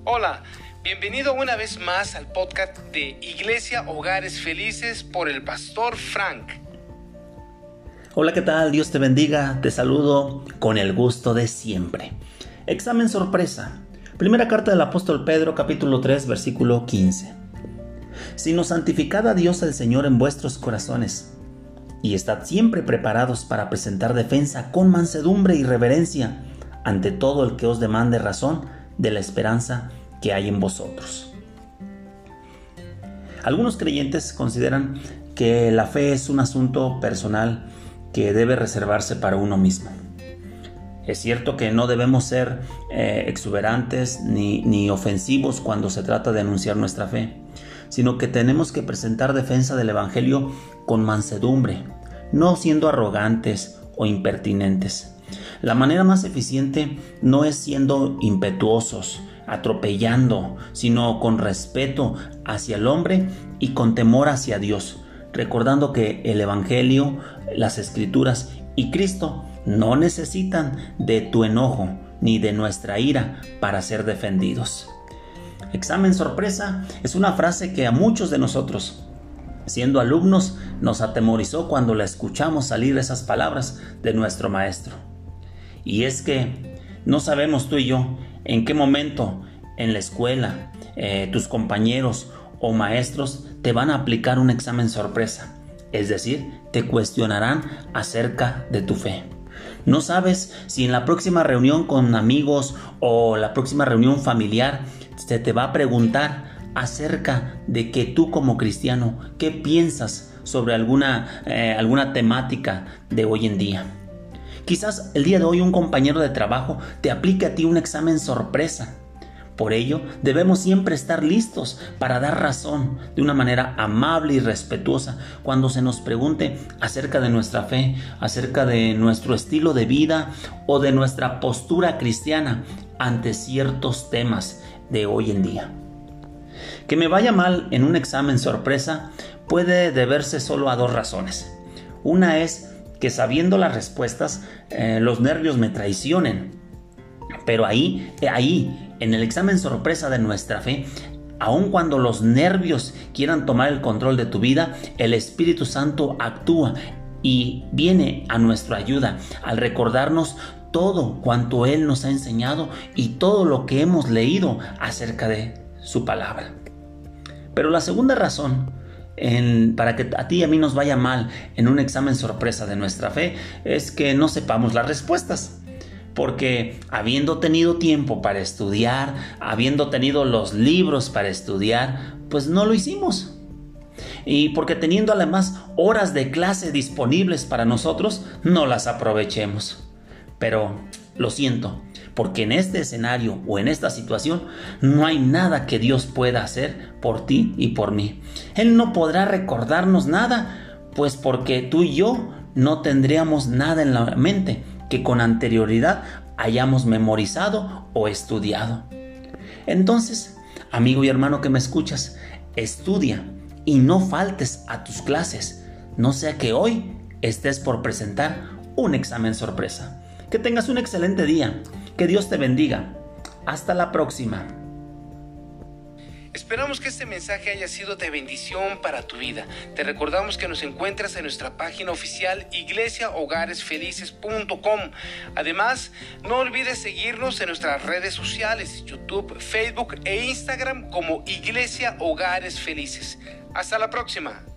Hola, bienvenido una vez más al podcast de Iglesia Hogares Felices por el Pastor Frank. Hola, ¿qué tal? Dios te bendiga. Te saludo con el gusto de siempre. Examen sorpresa. Primera carta del apóstol Pedro, capítulo 3, versículo 15. Sino santificad a Dios el Señor en vuestros corazones, y estad siempre preparados para presentar defensa con mansedumbre y reverencia ante todo el que os demande razón de la esperanza que hay en vosotros. Algunos creyentes consideran que la fe es un asunto personal que debe reservarse para uno mismo. Es cierto que no debemos ser exuberantes ni ofensivos cuando se trata de anunciar nuestra fe, sino que tenemos que presentar defensa del Evangelio con mansedumbre, no siendo arrogantes o impertinentes. La manera más eficiente no es siendo impetuosos, atropellando, sino con respeto hacia el hombre y con temor hacia Dios, recordando que el Evangelio, las Escrituras y Cristo no necesitan de tu enojo ni de nuestra ira para ser defendidos. Examen sorpresa es una frase que a muchos de nosotros, siendo alumnos, nos atemorizó cuando la escuchamos salir esas palabras de nuestro maestro. Y es que no sabemos tú y yo en qué momento en la escuela tus compañeros o maestros te van a aplicar un examen sorpresa, es decir, te cuestionarán acerca de tu fe. No sabes si en la próxima reunión con amigos o la próxima reunión familiar se te va a preguntar acerca de que tú como cristiano, ¿qué piensas sobre alguna temática de hoy en día? Quizás el día de hoy un compañero de trabajo te aplique a ti un examen sorpresa. Por ello, debemos siempre estar listos para dar razón de una manera amable y respetuosa cuando se nos pregunte acerca de nuestra fe, acerca de nuestro estilo de vida o de nuestra postura cristiana ante ciertos temas de hoy en día. Que me vaya mal en un examen sorpresa puede deberse solo a dos razones. Una es que sabiendo las respuestas, los nervios me traicionen. Pero ahí, en el examen sorpresa de nuestra fe, aun cuando los nervios quieran tomar el control de tu vida, el Espíritu Santo actúa y viene a nuestra ayuda al recordarnos todo cuanto Él nos ha enseñado y todo lo que hemos leído acerca de su palabra. Pero la segunda razón para que a ti y a mí nos vaya mal en un examen sorpresa de nuestra fe es que no sepamos las respuestas. Porque habiendo tenido tiempo para estudiar, habiendo tenido los libros para estudiar, pues no lo hicimos. Y porque teniendo además horas de clase disponibles para nosotros, no las aprovechemos. Pero lo siento, porque en este escenario o en esta situación no hay nada que Dios pueda hacer por ti y por mí. Él no podrá recordarnos nada, pues porque tú y yo no tendríamos nada en la mente que con anterioridad hayamos memorizado o estudiado. Entonces, amigo y hermano que me escuchas, estudia y no faltes a tus clases, no sea que hoy estés por presentar un examen sorpresa. Que tengas un excelente día, que Dios te bendiga. Hasta la próxima. Esperamos que este mensaje haya sido de bendición para tu vida. Te recordamos que nos encuentras en nuestra página oficial iglesiahogaresfelices.com. Además, no olvides seguirnos en nuestras redes sociales, YouTube, Facebook e Instagram como Iglesia Hogares Felices. Hasta la próxima.